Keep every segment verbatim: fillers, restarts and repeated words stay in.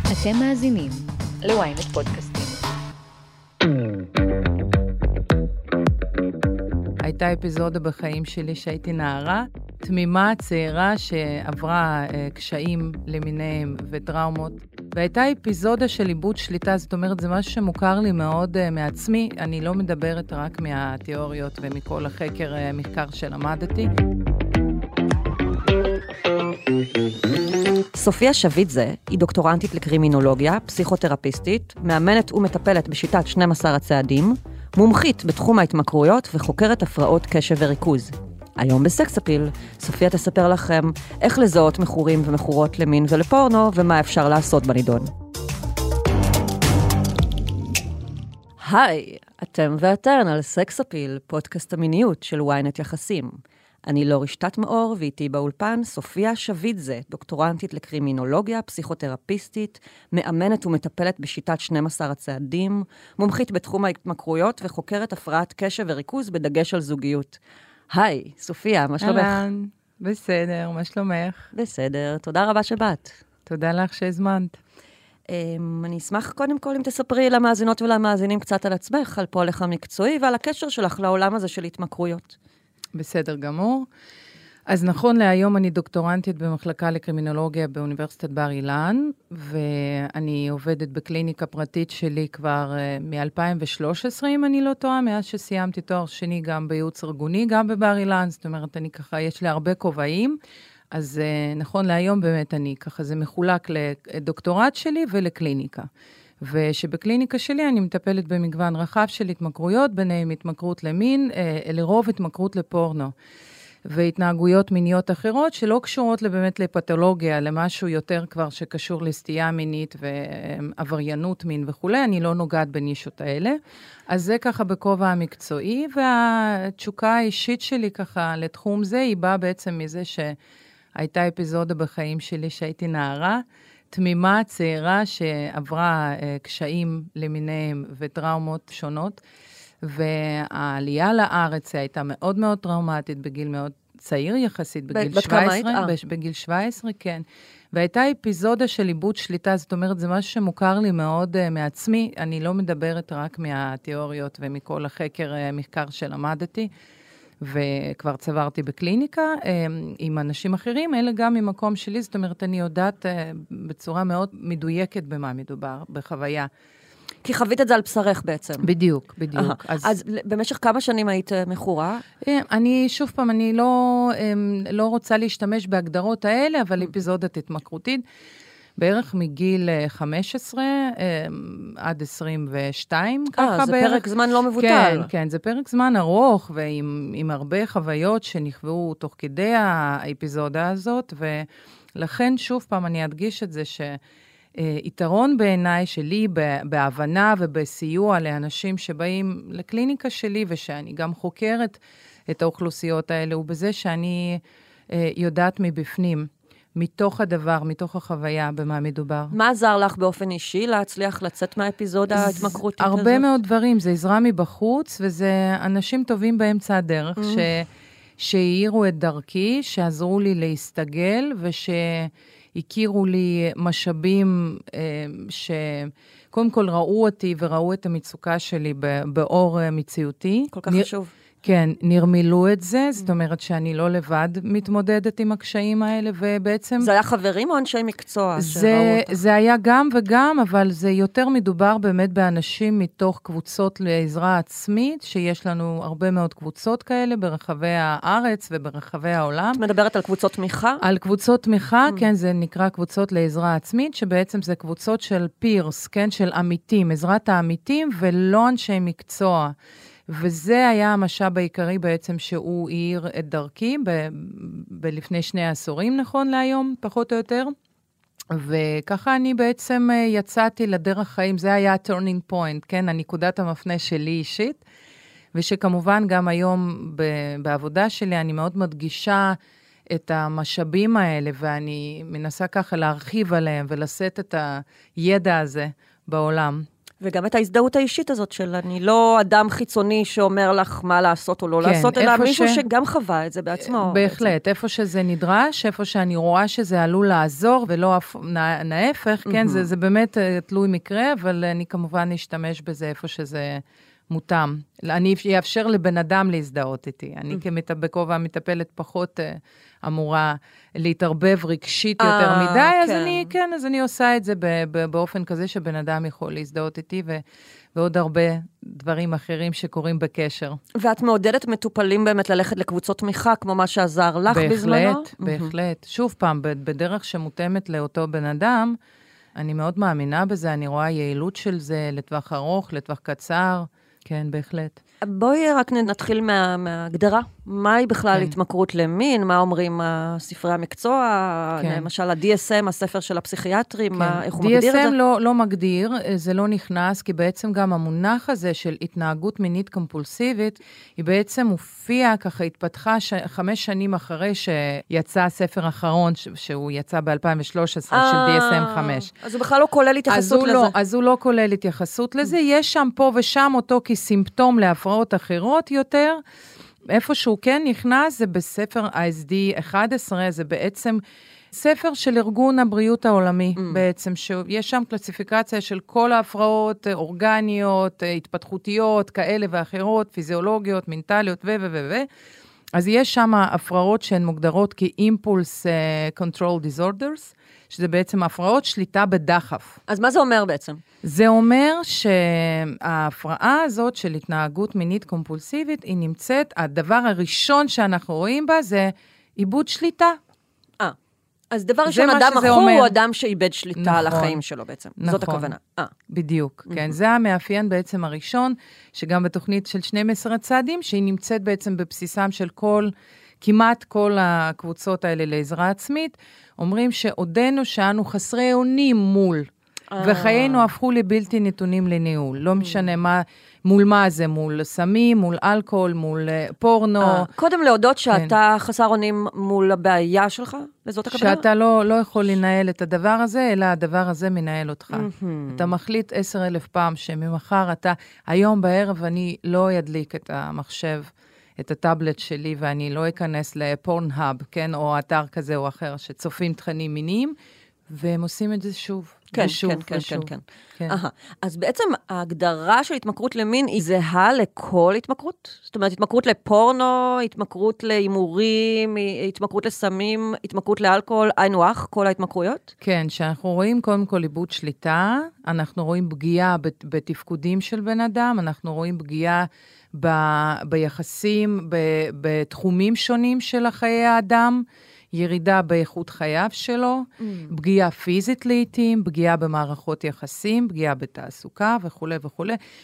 אתם מאזינים ל-ynet פודקאסטים. הייתה אפיזודה בחיים שלי שהייתי נערה, תמימה צעירה שעברה אה, קשיים למיניהם וטראומות, והייתה אפיזודה של איבוד שליטה, זאת אומרת, זה משהו שמוכר לי מאוד אה, מעצמי, אני לא מדברת רק מהתיאוריות ומכל החקר אה, מחקר שלמדתי. סופיה שביטזה היא דוקטורנטית לקרימינולוגיה, פסיכותרפיסטית, מאמנת ומטפלת בשיטת שנים עשר הצעדים, מומחית בתחום ההתמכרויות וחוקרת הפרעות קשב וריכוז. היום בסקס אפיל, סופיה תספר לכם איך לזהות מכורים ומכורות למין ולפורנו ומה אפשר לעשות בנידון. היי, אתם ואתן על סקס אפיל, פודקאסט המיניות של ynet יחסים. אני לא רשתת מאור, ואיתי באולפן סופיה שביטזה, דוקטורנטית לקרימינולוגיה, פסיכותרפיסטית, מאמנת ומטפלת בשיטת שנים עשר הצעדים, מומחית בתחום ההתמכרויות וחוקרת הפרעת קשב וריכוז בדגש על זוגיות. היי, סופיה, מה שלומך? אהלן, בסדר, מה שלומך? בסדר, תודה רבה שבאת. תודה לך שהזמנת. אני אשמח קודם כל אם תספרי למאזינות ולמאזינים קצת על עצמך, על פועלך המקצועי ועל הקשר שלך לעולם הזה של התמכרויות. בסדר גמור. אז נכון להיום אני דוקטורנטית במחלקה לקרימינולוגיה באוניברסיטת בר אילן, ואני עובדת בקליניקה פרטית שלי כבר uh, מ-אלפיים ושלוש עשרה, אם אני לא טועה, מאז שסיימתי תואר שני גם בייעוץ ארגוני, גם בבר אילן, זאת אומרת, אני ככה, יש לי הרבה כובעים, אז uh, נכון להיום באמת אני ככה, זה מחולק לדוקטורט שלי ולקליניקה. ושבקליניקה שלי אני מטפלת במגוון רחב של התמכרויות, ביניהם התמכרות למין, אה, לרוב התמכרות לפורנו, והתנהגויות מיניות אחרות שלא קשורות באמת לפתולוגיה, למשהו יותר כבר שקשור לסטייה מינית ועבריינות מין וכו', אני לא נוגעת בנישות האלה. אז זה ככה בכובע המקצועי, והתשוקה האישית שלי ככה לתחום זה, היא באה בעצם מזה שהייתה אפיזודה בחיים שלי שהייתי נערה, תמימה צעירה שעברה uh, קשיים למיניהם וטראומות שונות, והעלייה לארץ הייתה מאוד מאוד טראומטית בגיל מאוד צעיר יחסית, בגיל שבע עשרה, בגיל שבע עשרה, כן. והייתה אפיזודה של איבוד שליטה, זאת אומרת, זה משהו שמוכר לי מאוד uh, מעצמי, אני לא מדברת רק מהתיאוריות ומכל החקר uh, מחקר שלמדתי, וכבר צברתי בקליניקה עם אנשים אחרים, אלא גם ממקום שלי, זאת אומרת, אני יודעת בצורה מאוד מדויקת במה מדובר, בחוויה. כי חווית את זה על בשרך בעצם. בדיוק, בדיוק. אז, אז במשך כמה שנים היית מכורה? אני, שוב פעם, אני לא, לא רוצה להשתמש בהגדרות האלה, אבל אפיזודת התמכרותית, בערך מגיל חמש עשרה עד עשרים ושתיים, ככה זה בערך. פרק זמן לא מבוטל. כן, כן, זה פרק זמן ארוך, ועם עם הרבה חוויות שנכוו תוך כדי האפיזודה הזאת, ולכן שוב פעם אני אדגיש את זה, שיתרון בעיניי שלי בהבנה ובסיוע לאנשים שבאים לקליניקה שלי, ושאני גם חוקרת את האוכלוסיות האלה, ובזה שאני יודעת מבפנים, מתוך הדבר, מתוך החוויה, במה מדובר. מה עזר לך באופן אישי להצליח לצאת מהאפיזודה ההתמכרותית הזאת? הרבה מאוד דברים, זה עזרה מבחוץ, וזה אנשים טובים באמצע הדרך, ש... שהעירו את דרכי, שעזרו לי להסתגל, ושהכירו לי משאבים, שקודם כל ראו אותי, וראו את המצוקה שלי באור מציאותי. כל כך חשוב. כן, נרמלו את זה, זאת אומרת שאני לא לבד מתמודדת עם הקשיים האלה, ובעצם... זה היה חברים או אנשי מקצוע שראו אותך? זה היה גם וגם, אבל זה יותר מדובר באמת באנשים מתוך קבוצות לעזרה עצמית, שיש לנו הרבה מאוד קבוצות כאלה ברחבי הארץ וברחבי העולם. את מדברת על קבוצות תמיכה? על קבוצות תמיכה, כן, זה נקרא קבוצות לעזרה עצמית, שבעצם זה קבוצות של פירס, כן, של עמיתים, עזרת העמיתים ולא אנשי מקצוע. וזה היה המשאב העיקרי בעצם שהוא העיר את דרכי ב- בלפני שני עשורים, נכון להיום, פחות או יותר. וככה אני בעצם יצאתי לדרך חיים, זה היה ה-turning point, כן, הנקודת המפנה שלי אישית, ושכמובן גם היום ב- בעבודה שלי אני מאוד מדגישה את המשאבים האלה, ואני מנסה ככה להרחיב עליהם ולשאת את הידע הזה בעולם. וגם את ההזדהות האישית הזאת של אני לא אדם חיצוני שאומר לך מה לעשות או לא כן, לעשות, אלא מישהו ש... שגם חווה את זה בעצמו. בהחלט, בעצם. איפה שזה נדרש, איפה שאני רואה שזה עלול לעזור, ולא נהפך, כן, זה, זה באמת תלוי מקרה, אבל אני כמובן אשתמש בזה איפה שזה מותאם. אני אאפשר לבן אדם להזדהות איתי. אני כבכובע המטפלת פחות אמורה להתערבב רגשית יותר מדי, אז אני, כן, אז אני עושה את זה באופן כזה שבן אדם יכול להזדהות איתי, ו... ועוד הרבה דברים אחרים שקורים בקשר. ואת מעודדת מטופלים באמת ללכת לקבוצות תמיכה, כמו מה שעזר לך בהחלט, בזמנו? בהחלט, בהחלט. שוב פעם, בדרך שמותאמת לאותו בן אדם, אני מאוד מאמינה בזה, אני רואה יעילות של זה לטווח ארוך, לטווח קצר, כן, בהחלט. בואי רק נתחיל מה, מההגדרה. מהי בכלל כן. התמכרות למין? מה אומרים ספרי המקצוע? כן. למשל, ה-די אס אם, הספר של הפסיכיאטרים, כן. מה, איך הוא מגדיר את זה? די אס אם לא, לא מגדיר, זה לא נכנס, כי בעצם גם המונח הזה של התנהגות מינית קומפולסיבית, היא בעצם הופיעה, ככה התפתחה ש... חמש שנים אחרי שיצא הספר האחרון, ש... שהוא יצא ב-אלפיים ושלוש עשרה, של די אס אם חמש. אז הוא בכלל לא כולל התייחסות לזה. לא, אז הוא לא כולל התייחסות לזה, יש שם פה ושם אותו כסימפטום להפרעות אחרות יותר, איפשהו כן נכנס, זה בספר ה אס די אחת עשרה, זה בעצם ספר של ארגון הבריאות העולמי, mm. בעצם, שיש שם קלסיפיקציה של כל ההפרעות אורגניות, התפתחותיות, כאלה ואחרות, פיזיולוגיות, מנטליות ו... ו... ו... אז יש שם הפרעות שהן מוגדרות כ-impulse control disorders, שזה בעצם הפרעות שליטה בדחף. אז מה זה אומר בעצם? זה אומר שההפרעה הזאת של התנהגות מינית קומפולסיבית, היא נמצאת, הדבר הראשון שאנחנו רואים בה זה איבוד שליטה. אה, אז דבר ראשון, אדם מכור הוא אדם שאיבד שליטה נכון, על החיים שלו בעצם. נכון, זאת הכוונה. אה. בדיוק, mm-hmm. כן. זה המאפיין בעצם הראשון, שגם בתוכנית של שנים עשר הצעדים, שהיא נמצאת בעצם בבסיסם של כל, כמעט כל הקבוצות האלה לעזרה עצמית, אומרים שעודנו שאנו חסרי אונים מול, וחיינו הפכו לבלתי נתונים לניהול. לא משנה מה, מול מה זה, מול סמים, מול אלכוהול, מול פורנו. קודם להודות שאתה חסר אונים מול הבעיה שלך, וזאת הכוונה? שאתה לא, לא יכול לנהל את הדבר הזה, אלא הדבר הזה מנהל אותך. אתה מחליט עשר אלף פעם שממחר אתה, היום בערב אני לא אדליק את המחשב, את הטאבלט שלי, ואני לא אכנס לפורנהאב, כן, או אתר כזה או אחר, שצופים תכנים מיניים, והם עושים את זה שוב. כן, ושוב, כן, ושוב. כן, כן, כן. Aha. אז בעצם ההגדרה של התמכרות למין היא זהה לכל התמכרות? זאת אומרת, התמכרות לפורנו, התמכרות להימורים, התמכרות לסמים, התמכרות לאלכוהול, היינו אח, כל ההתמכרויות? כן, שאנחנו רואים קודם כל איבוד שליטה, אנחנו רואים פגיעה בתפקודים של בן אדם, אנחנו רואים פגיעה ב- ביחסים, ב- בתחומים שונים של חיי האדם, ירידה באיכות חייו שלו, mm. פגיעה פיזית לעתים, פגיעה במערכות יחסים, פגיעה בתעסוקה וכו' וכו'.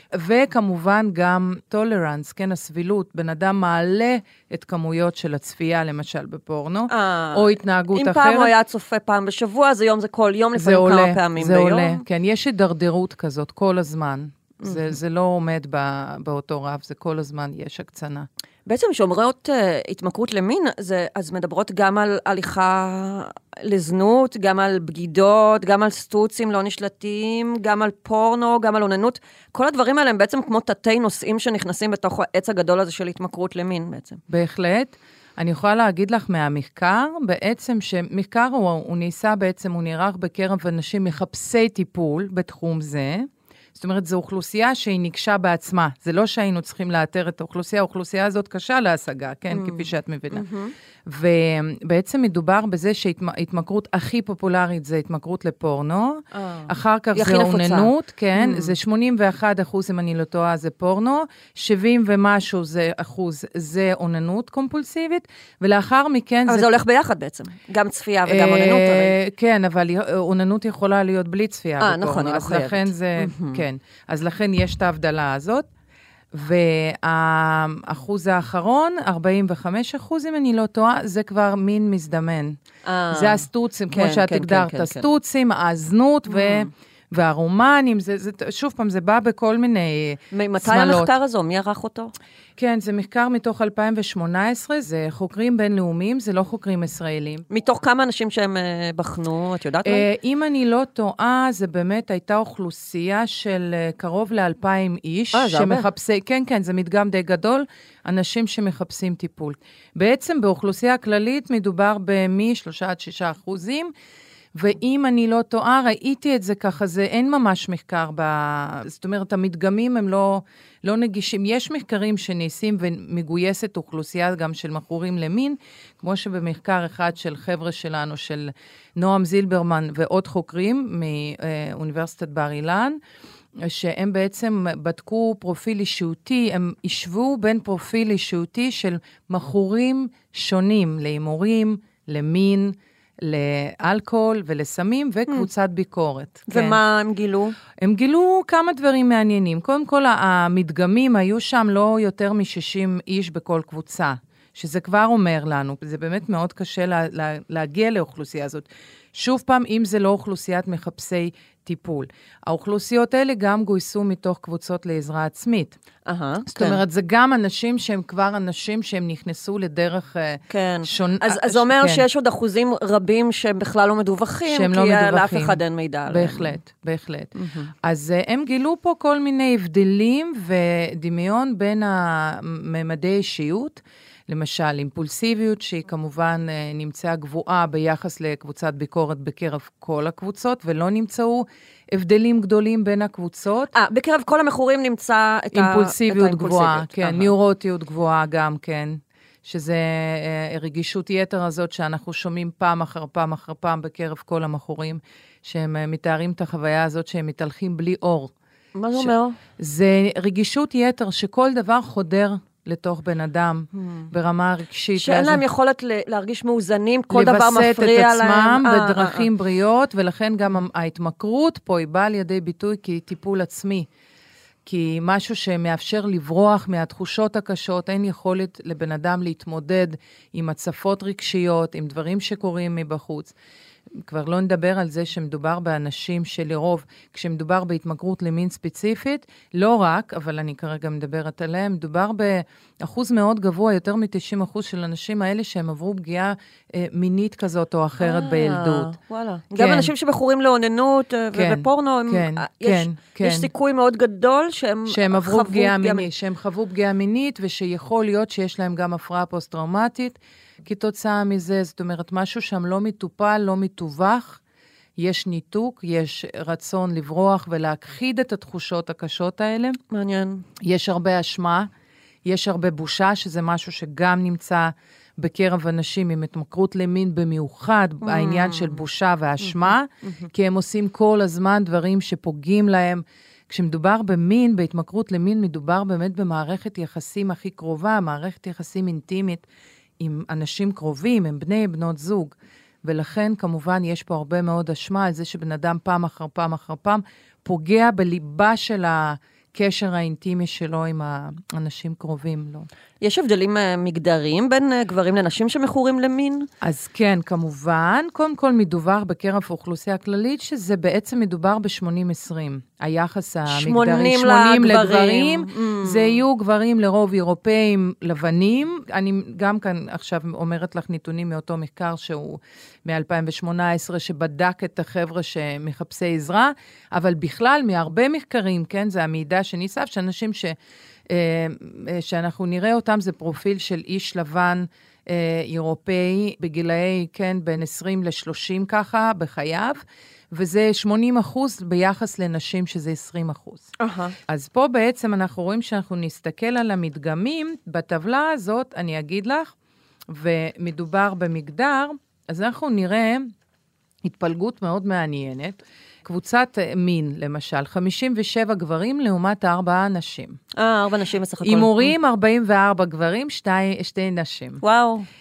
וכמובן גם טולרנס, כן, הסבילות, בן אדם מעלה את כמויות של הצפייה, למשל בפורנו, 아, או התנהגות אם אחרת. אם פעם הוא היה צופה פעם בשבוע, אז היום זה כל יום, לפעמים כמה עולה, פעמים זה ביום. עולה, כן, יש הידרדרות כזאת כל הזמן. Mm-hmm. זה, זה לא עומד בא, באותו רב, זה כל הזמן יש הקצנה. בעצם שאומרות uh, התמכרות למין, זה, אז מדברות גם על הליכה לזנות, גם על בגידות, גם על סטוצים לא נשלטים, גם על פורנו, גם על אוננות. כל הדברים האלה הם בעצם כמו תתי נושאים שנכנסים בתוך העץ הגדול הזה של התמכרות למין בעצם. בהחלט. אני יכולה להגיד לך מהמחקר, בעצם שמחקר הוא, הוא ניסה בעצם, הוא נערך בקרב אנשים מחפשי טיפול בתחום זה, זאת אומרת, זו אוכלוסייה שהיא נקשה בעצמה. זה לא שהיינו צריכים לאתר את האוכלוסייה, האוכלוסייה הזאת קשה להשגה, כן? Mm. כפי שאת מבינה. Mm-hmm. ובעצם מדובר בזה שהתמכרות הכי פופולרית זה התמכרות לפורנו. Oh. אחר כך זה אוננות, כן? Mm. זה שמונים ואחד אחוז, אם אני לא טועה, זה פורנו. שבעים ומשהו זה אחוז, זה אוננות קומפולסיבית. ולאחר מכן... אבל זה, זה הולך ביחד בעצם. גם צפייה וגם אוננות. אבל... כן, אבל אוננות יכולה להיות בלי צפייה בפורנו. אה, נכון, היא לא חייבת. לכן זה... Mm-hmm. כן, אז לכן יש את ההבדלה הזאת, והאחוז האחרון, ארבעים וחמישה אחוז, אם אני לא טועה, זה כבר מין מזדמן. זה הסטוצים, כמו שאת הגדרת, הסטוצים, הזנות, והרומנים, זה, זה, שוב פעם, זה בא בכל מיני שמלות. מתי המחקר הזו? מי ערך אותו? כן, זה מחקר מתוך אלפיים ושמונה עשרה, זה חוקרים בינלאומיים, זה לא חוקרים ישראלים. מתוך כמה אנשים שהם בחנו, את יודעת? אם אני לא טועה, זה באמת הייתה אוכלוסייה של קרוב לאלפיים איש, שמחפשי, כן, כן, זה מדגם די גדול, אנשים שמחפשים טיפול. בעצם באוכלוסייה הכללית מדובר במ-שלושה עד שישה אחוזים, ואם אני לא טועה, ראיתי את זה ככה, זה אין ממש מחקר, ב... זאת אומרת, המדגמים הם לא, לא נגישים. יש מחקרים שנעשים ומגויסת אוכלוסייה גם של מכורים למין, כמו שבמחקר אחד של חבר'ה שלנו, של נועם זילברמן ועוד חוקרים מאוניברסיטת בר אילן, שהם בעצם בדקו פרופיל אישיותי, הם ישבו בין פרופיל אישיותי של מכורים שונים, להימורים, למין, לאלכוהול ולסמים וקבוצת ביקורת. ומה הם גילו? הם גילו כמה דברים מעניינים. קודם כל, המדגמים היו שם לא יותר מ-שישים איש בכל קבוצה, שזה כבר אומר לנו, זה באמת מאוד קשה לה, לה, להגיע לאוכלוסייה הזאת. שוב פעם, אם זה לא אוכלוסיית מחפשי טיפול. האוכלוסיות האלה גם גויסו מתוך קבוצות לעזרה עצמית. אהה, זאת אומרת, זה גם אנשים שהם כבר אנשים שהם נכנסו לדרך שונה. אז זה אומר שיש עוד אחוזים רבים שהם בכלל לא מדווחים, כי לאף אחד אין מידע עליהם. בהחלט, בהחלט. אז הם גילו פה כל מיני הבדלים ודמיון בין הממדי אישיות, למשל, אימפולסיביות, שהיא כמובן נמצאה גבוהה ביחס לקבוצת ביקורת בקרב כל הקבוצות, ולא נמצאו הבדלים גדולים בין הקבוצות. אה, בקרב כל המכורים נמצא את אימפולסיביות גבוהה, כן, ניורוטיות גבוהה גם, כן, שזה רגישות יתר הזאת שאנחנו שומעים פעם אחר פעם אחר פעם בקרב כל המכורים, שהם מתארים את החוויה הזאת שהם מתהלכים בלי אור. מה זה אומר? זה רגישות יתר שכל דבר חודר לתוך בן אדם, hmm. ברמה רגשית. שאין להם יכולת להרגיש מאוזנים, כל דבר מפריע להם. לבסט את עצמם להם. בדרכים 아, בריאות, 아. ולכן גם ההתמכרות פה היא באה לידי ביטוי כטיפול עצמי. כי משהו שמאפשר לברוח מהתחושות הקשות, אין יכולת לבן אדם להתמודד עם הצפות רגשיות, עם דברים שקורים מבחוץ. כבר לא נדבר על זה שמדובר באנשים שלרוב, כשמדובר בהתמכרות למין ספציפית, לא רק, אבל אני כרגע מדברת עליהם, מדובר באחוז מאוד גבוה, יותר מ-תשעים אחוז של אנשים האלה שהם עברו פגיעה אה, מינית כזאת או אחרת אה, בילדות. וואלה. כן. גם אנשים שבחורים לאוננות כן, ובפורנו, הם, כן, יש, כן, כן. יש סיכוי מאוד גדול שהם, שהם עברו פגיעה מינית, שהם חוו פגיעה מינית, ושיכול להיות שיש להם גם הפרעה פוסט-טראומטית, כתוצאה מזה, זאת אומרת, משהו שם לא מטופל, לא מטווח, יש ניתוק, יש רצון לברוח ולהכחיד את התחושות הקשות האלה. מעניין. יש הרבה אשמה, יש הרבה בושה, שזה משהו שגם נמצא בקרב אנשים עם התמכרות למין במיוחד, mm. העניין של בושה ואשמה, mm-hmm. כי הם עושים כל הזמן דברים שפוגעים להם. כשמדובר במין, בהתמכרות למין, מדובר באמת במערכת יחסים הכי קרובה, מערכת יחסים אינטימית, עם אנשים קרובים, עם בני, בנות זוג, ולכן כמובן יש פה הרבה מאוד אשמה על זה שבן אדם פעם אחר פעם אחר פעם פוגע בליבה של הקשר האינטימי שלו עם האנשים קרובים לו. יש הבדלים מגדריים בין גברים לנשים שמכורים למין? אז כן, כמובן, קודם כל מדובר בקרב האוכלוסייה הכללית, שזה בעצם מדובר ב-שמונים עשרים. היחס המגדרי, שמונים לגברים, mm. זה יהיו גברים לרוב אירופאים לבנים. אני גם כאן עכשיו אומרת לך נתונים מאותו מחקר שהוא מ-אלפיים ושמונה עשרה, שבדק את החבר'ה שמחפשי עזרה, אבל בכלל מהרבה מחקרים, כן, זה המידע שניסף, שאנשים ש... שאנחנו נראה אותם, זה פרופיל של איש לבן אירופאי, בגילאי, כן, בין עשרים לשלושים ככה, בחייו, וזה שמונים אחוז ביחס לנשים, שזה עשרים אחוז. Uh-huh. אז פה בעצם אנחנו רואים שאנחנו נסתכל על המדגמים, בטבלה הזאת, אני אגיד לך, ומדובר במגדר, אז אנחנו נראה התפלגות מאוד מעניינת, קבוצת מין, למשל, חמישים ושבע גברים לעומת ארבעה נשים. אה, ארבע נשים בסך הכל. הימורים, ארבעים וארבע גברים, שתי, שתי נשים. וואו.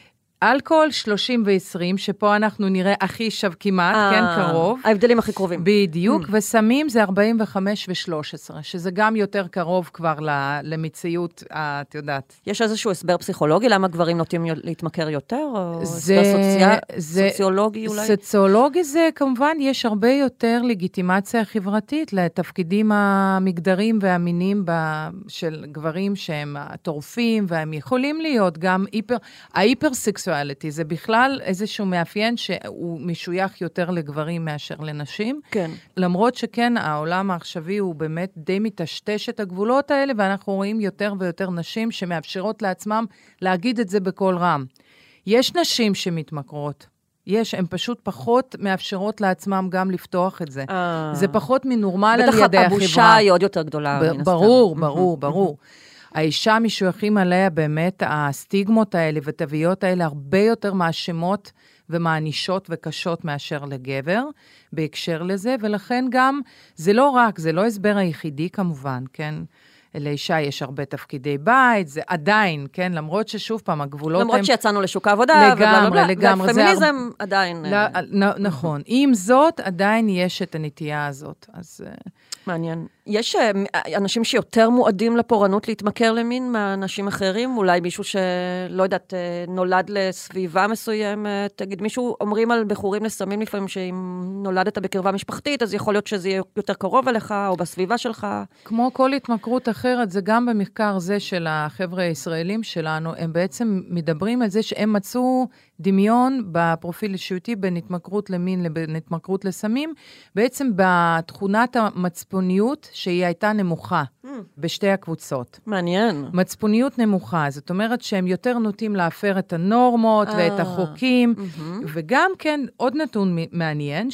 אלכוהול שלושים ועשרים, שפה אנחנו נראה הכי שב כמעט, אה, כן, קרוב. ההבדלים הכי קרובים. בדיוק, Mm. וסמים זה ארבעים וחמש ו-שלוש עשרה, שזה גם יותר קרוב כבר ל- למציאות, את יודעת. יש איזשהו הסבר פסיכולוגי, למה גברים נוטים להתמכר יותר? או זה- הסבר סוציה- זה- סוציולוגי אולי? סוציולוגי זה כמובן, יש הרבה יותר לגיטימציה חברתית לתפקידים המגדריים והמינים ב- של גברים שהם טורפים, והם יכולים להיות גם היפר, ההיפר-סקסואליטי, זה בכלל איזשהו מאפיין שהוא משוייך יותר לגברים מאשר לנשים. כן. למרות שכן, העולם העכשווי הוא באמת די מטשטש את הגבולות האלה, ואנחנו רואים יותר ויותר נשים שמאפשרות לעצמם להגיד את זה בקול רם. יש נשים שמתמכרות. יש, הן פשוט פחות מאפשרות לעצמם גם לפתוח את זה. אה. זה פחות מנורמל על ידי החברה. בטח הבושה היא עוד יותר גדולה. ב- מן הסתם. ברור, ברור, ברור. האישה משויכים עליה באמת הסטיגמות האלה ותוויות האלה הרבה יותר מאשמות ומענישות וקשות מאשר לגבר בהקשר לזה, ולכן גם זה לא רק, זה לא הסבר היחידי כמובן, כן? לאישה יש הרבה תפקידי בית, זה עדיין, כן? למרות ששוב פעם, הגבולות הם... למרות שיצאנו לשוק העבודה, לגמרי, לגמרי. זה והפמיניזם הר- עדיין... לא, נ- נכון. עם זאת, עדיין יש את הנטייה הזאת. אז... אה, מעניין. יש אה, אנשים שיותר מועדים לפורענות להתמכר למין מאנשים אחרים? אולי מישהו שלא יודעת, אה, נולד לסביבה מסוימת? תגיד, מישהו אומרים על בחורים לסמים לפעמים שאם נולדת בקרבה משפחתית, אז יכול להיות שזה יהיה יותר קרוב אליך או בסביבה שלך. כמו כל התמכרות אחרת, זה גם במחקר זה של החבר'ה הישראלים שלנו, הם בעצם מדברים על זה שהם מצאו דמיון בפרופיל אישיותי בין התמכרות למין לבין התמכרות לסמים, בעצם בתכונת המצפוניות שהיא הייתה נמוכה mm. בשתי הקבוצות. מעניין. מצפוניות נמוכה, זאת אומרת שהם יותר נוטים להפר את הנורמות אה, ואת החוקים, mm-hmm. וגם כן עוד נתון מעניין,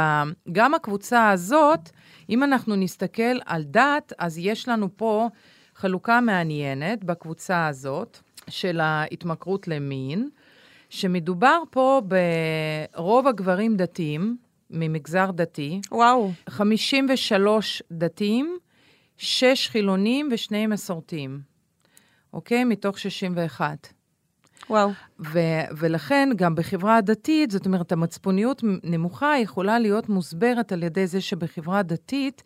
שגם הקבוצה הזאת, אם אנחנו נסתכל על דת, אז יש לנו פה חלוקה מעניינת בקבוצה הזאת של ההתמכרות למין, שמדובר פה ברוב הגברים דתיים, ממגזר דתי. וואו. חמישים ושלוש דתיים, שש חילונים ושני מסורתיים. אוקיי? מתוך שישים ואחת. וואו. ו- ולכן גם בחברה הדתית, זאת אומרת, המצפוניות נמוכה יכולה להיות מוסברת על ידי זה שבחברה הדתית,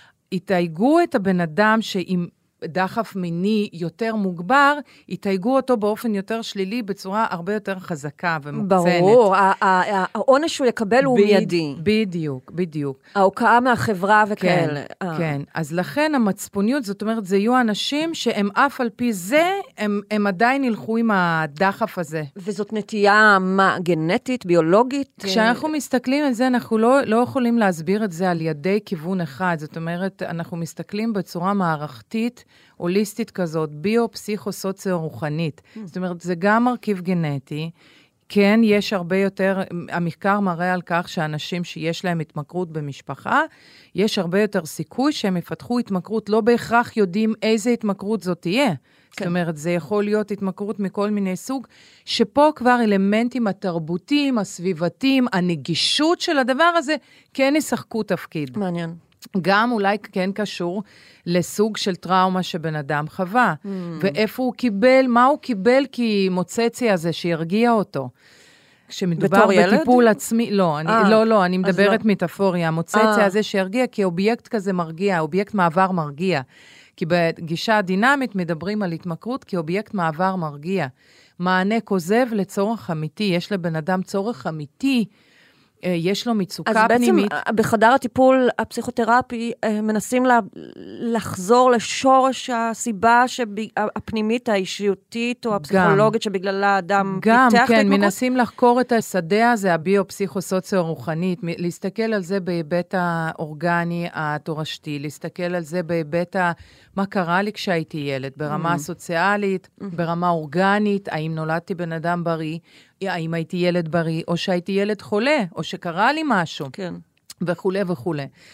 התייגו את הבן אדם שעם דחף מיני יותר מוגבר, התייגו אותו באופן יותר שלילי, בצורה הרבה יותר חזקה ומוקצנת. ברור, העונש שהוא יקבל הוא מיידי. בדיוק, בדיוק. ההוקעה מהחברה וכאלה. כן, כן. אז לכן המצפוניות, זאת אומרת, זה יהיו אנשים שהם אף על פי זה, הם, הם עדיין ילכו עם הדחף הזה. וזאת נטייה מה, גנטית, ביולוגית? כשאנחנו מסתכלים על זה, אנחנו לא, לא יכולים להסביר את זה על ידי כיוון אחד. זאת אומרת, אנחנו מסתכלים בצורה מערכתית, הוליסטית כזאת, ביו-פסיכו-סוציו-רוחנית. זאת אומרת, זה גם מרכיב גנטי. כן, יש הרבה יותר, המחקר מראה על כך שאנשים שיש להם התמכרות במשפחה, יש הרבה יותר סיכוי שהם יפתחו התמכרות, לא בהכרח יודעים איזה התמכרות זאת תהיה. כן. זאת אומרת, זה יכול להיות התמכרות מכל מיני סוג, שפה כבר אלמנטים התרבותיים, הסביבתיים, הנגישות של הדבר הזה, כן ישחקו תפקיד. מעניין. גם אולי כן קשור לסוג של טראומה שבן אדם חווה, mm. ואיפה הוא קיבל, מה הוא קיבל כמוצצי הזה שירגיע אותו. כשמדובר בטיפול ילד? עצמי, לא, אני, 아, לא, לא, אני מדברת לא. מטאפוריה, המוצצי 아. הזה שירגיע, כי אובייקט כזה מרגיע, אובייקט מעבר מרגיע. כי בגישה הדינמית מדברים על התמכרות כאובייקט מעבר מרגיע. מענה כוזב לצורך אמיתי, יש לבן אדם צורך אמיתי, יש לו מצוקה פנימית. אז בעצם בחדר הטיפול הפסיכותרפי מנסים לה, לחזור לשורש הסיבה הפנימית, האישיותית או הפסיכולוגית שבגללה האדם פיתח את ההתמכרות? גם, כן, מנסים לחקור את השדה הזה, הביו-פסיכו-סוציו-רוחנית, להסתכל על זה בהיבט האורגני התורשתי, להסתכל על זה בהיבט ה... מה קרה לי כשהייתי ילד, ברמה mm. סוציאלית, mm. ברמה אורגנית, האם נולדתי בן אדם בריא, האם הייתי ילד בריא, או שהייתי ילד חולה, או שקרה לי משהו, כן. וכו' וכו'.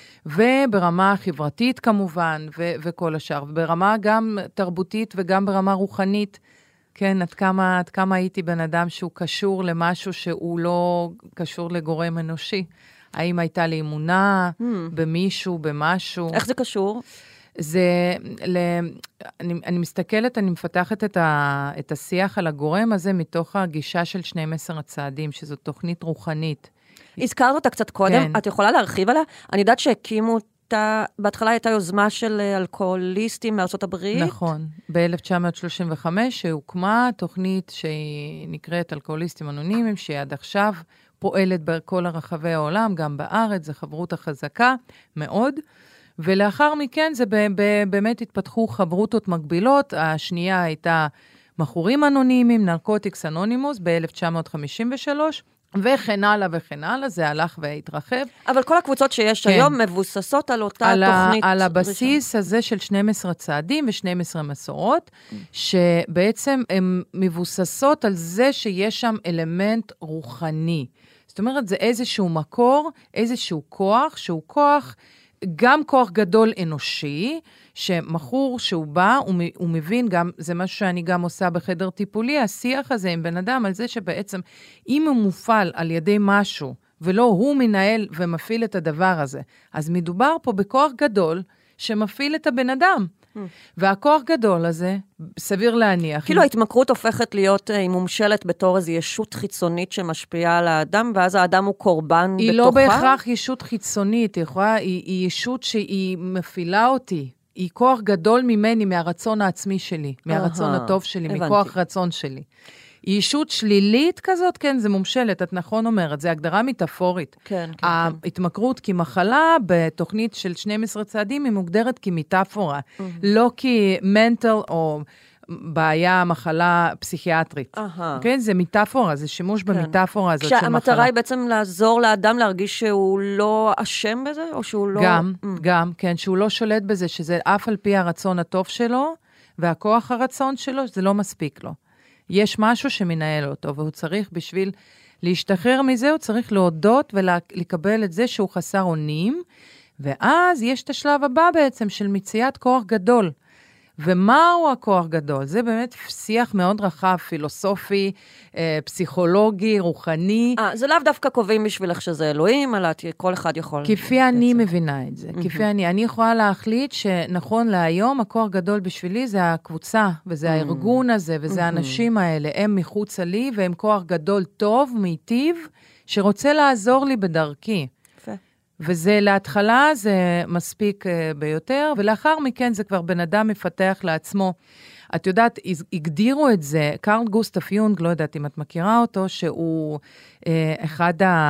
וברמה חברתית כמובן, ו- וכל השאר, וברמה גם תרבותית וגם ברמה רוחנית, כן, עד כמה, עד כמה הייתי בן אדם שהוא קשור למשהו שהוא לא קשור לגורם אנושי. האם הייתה לי אמונה mm. במישהו, במשהו. איך זה קשור? זה, ל, אני, אני מסתכלת, אני מפתחת את, ה, את השיח על הגורם הזה מתוך הגישה של שנים עשר הצעדים, שזו תוכנית רוחנית. הזכרת אותה קצת קודם, כן. את יכולה להרחיב עליה? אני יודעת שהקימו אותה, בהתחלה הייתה יוזמה של אלכוהוליסטים מארצות הברית. נכון, ב-אלף תשע מאות שלושים וחמש שהוקמה תוכנית שהיא נקראת אלכוהוליסטים אנונימיים, שהיא עד עכשיו פועלת בכל הרחבי העולם, גם בארץ, זו חברות חזקה מאוד, ולאחר מכן זה באמת התפתחו חברותות מקבילות, השנייה הייתה מכורים אנונימיים, נרקוטיקס אנונימוס ב-אלף תשע מאות חמישים ושלוש, וכן הלאה וכן הלאה, זה הלך והתרחב. אבל כל הקבוצות שיש כן. היום מבוססות על אותה על תוכנית. ה- על הבסיס ראשון. הזה של שנים עשר צעדים ו-שתים עשרה מסורות, mm. שבעצם הן מבוססות על זה שיש שם אלמנט רוחני. זאת אומרת, זה איזשהו מקור, איזשהו כוח, שהוא כוח, גם כוח גדול אנושי, שמחור שהוא בא, הוא, הוא מבין גם, זה משהו שאני גם עושה בחדר טיפולי, השיח הזה עם בן אדם, על זה שבעצם, אם הוא מופעל על ידי משהו, ולא הוא מנהל ומפעיל את הדבר הזה, אז מדובר פה בכוח גדול, שמפעיל את הבן אדם. והכוח גדול הזה, סביר להניח. כאילו ההתמכרות הופכת להיות, היא מומשלת בתור איזו ישות חיצונית שמשפיעה על האדם, ואז האדם הוא קורבן בתוכה? היא לא בהכרח ישות חיצונית, היא, יכולה, היא, היא ישות שהיא מפעילה אותי. היא כוח גדול ממני, מהרצון העצמי שלי, מהרצון הטוב שלי, מכוח רצון שלי. היא ישות שלילית כזאת, כן, זה מומשלת, את נכון אומרת, זה הגדרה מטאפורית. כן, כן, ההתמכרות כמחלה בתוכנית של שנים עשר צעדים היא מוגדרת כמטאפורה, לא כמנטל או בעיה, מחלה פסיכיאטרית. כן, זה מטאפורה, זה שימוש במטאפורה הזאת של מחלה. שהמטרה היא בעצם לעזור לאדם להרגיש שהוא לא אשם בזה, או שהוא לא... גם, גם, כן, שהוא לא שולט בזה, שזה אף על פי הרצון הטוב שלו, והכוח הרצון שלו, זה לא מספיק לו. יש משהו שמנהל אותו, והוא צריך בשביל להשתחרר מזה, הוא צריך להודות ולקבל את זה שהוא חסר אונים, ואז יש את השלב הבא בעצם של מציאת כוח גדול. ומהו הכוח גדול? זה באמת שיח מאוד רחב, פילוסופי, אה, פסיכולוגי, רוחני. אה, זה לאו דווקא קובעים בשבילך שזה אלוהים, אלא כל אחד יכול... כפי אני מבינה את זה. כפי אני, אני יכולה להחליט שנכון להיום, הכוח גדול בשבילי זה הקבוצה, וזה הארגון הזה, וזה האנשים האלה. הם מחוץ לי, והם כוח גדול טוב, מיטיב, שרוצה לעזור לי בדרכי. וזה להתחלה, זה מספיק uh, ביותר, ולאחר מכן זה כבר בן אדם מפתח לעצמו. את יודעת, הגדירו את זה, קרל גוסטף יונג, לא יודעת אם את מכירה אותו, שהוא uh, אחד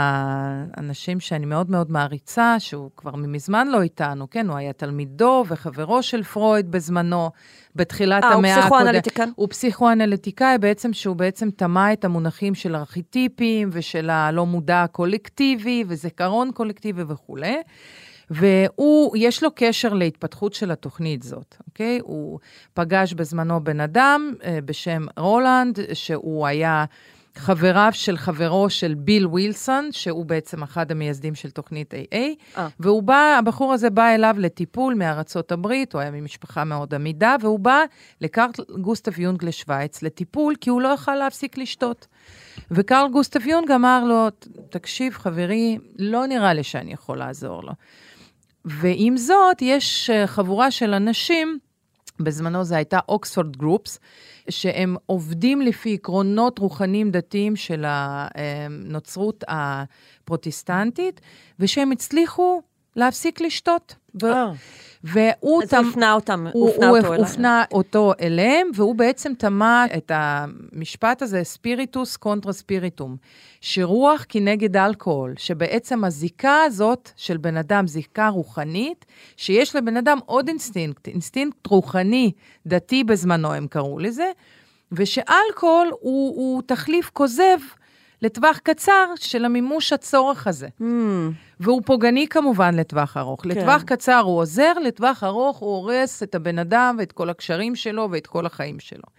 האנשים שאני מאוד מאוד מעריצה, שהוא כבר מזמן לא איתנו, כן, הוא היה תלמידו וחברו של פרויד בזמנו, בתחילת 아, המאה הקודמת. הוא פסיכואנליטיקאי? הוא פסיכואנליטיקאי, בעצם שהוא בעצם תמה את המונחים של ארכיטיפים, ושל הלא מודע הקולקטיבי, וזיכרון קולקטיבי וכו'. והוא, יש לו קשר להתפתחות של התוכנית זאת, אוקיי? הוא פגש בזמנו בן אדם בשם רולנד, שהוא היה חבריו של חברו של ביל ווילסון, שהוא בעצם אחד המייסדים של תוכנית איי איי, אה. והוא בא, הבחור הזה בא אליו לטיפול מארצות הברית, הוא היה ממשפחה מאוד עמידה, והוא בא לקרל גוסטף יונג לשוויץ לטיפול, כי הוא לא יכל להפסיק לשתות. וקרל גוסטף יונג אמר לו, תקשיב חברי, לא נראה לי שאני יכול לעזור לו. ועם זאת, יש חבורה של אנשים, בזמנו זה הייתה אוקספורד גרופס, שהם עובדים לפי עקרונות רוחניים דתיים של הנוצרות הפרוטסטנטית, ושהם הצליחו להפסיק לשתות. ו... והוא אז הוא הפנה אותם, הוא, הופנה הוא אותו אליהם. הופנה אותו אליהם, והוא בעצם תמה את המשפט הזה, ספיריטוס קונטרה ספיריטום, שרוח כנגד אלכוהול, שבעצם הזיקה הזאת של בן אדם, זיקה רוחנית, שיש לבן אדם עוד אינסטינקט, אינסטינקט רוחני, דתי בזמנו הם קראו לזה, ושאלכוהול הוא, הוא תחליף כוזב, לטווח קצר של המימוש הצורך הזה. Mm. והוא פוגעני כמובן לטווח ארוך. כן. לטווח קצר הוא עוזר, לטווח ארוך הוא הורס את הבן אדם ואת כל הקשרים שלו ואת כל החיים שלו.